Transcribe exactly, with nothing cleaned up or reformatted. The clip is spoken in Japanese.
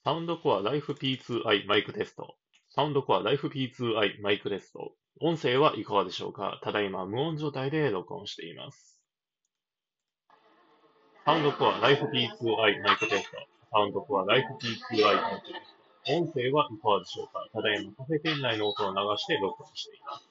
サウンドコアライフ ピーツーアイ マイクテスト。サウンドコアライフ ピーツーアイ マイクテスト。音声はいかがでしょうか？ただいま無音状態で録音しています。サウンドコアライフ ピーツーアイ マイクテスト。サウンドコアライフ ピーツーアイ マイクテスト。音声はいかがでしょうか？ただいまカフェ店内の音を流して録音しています。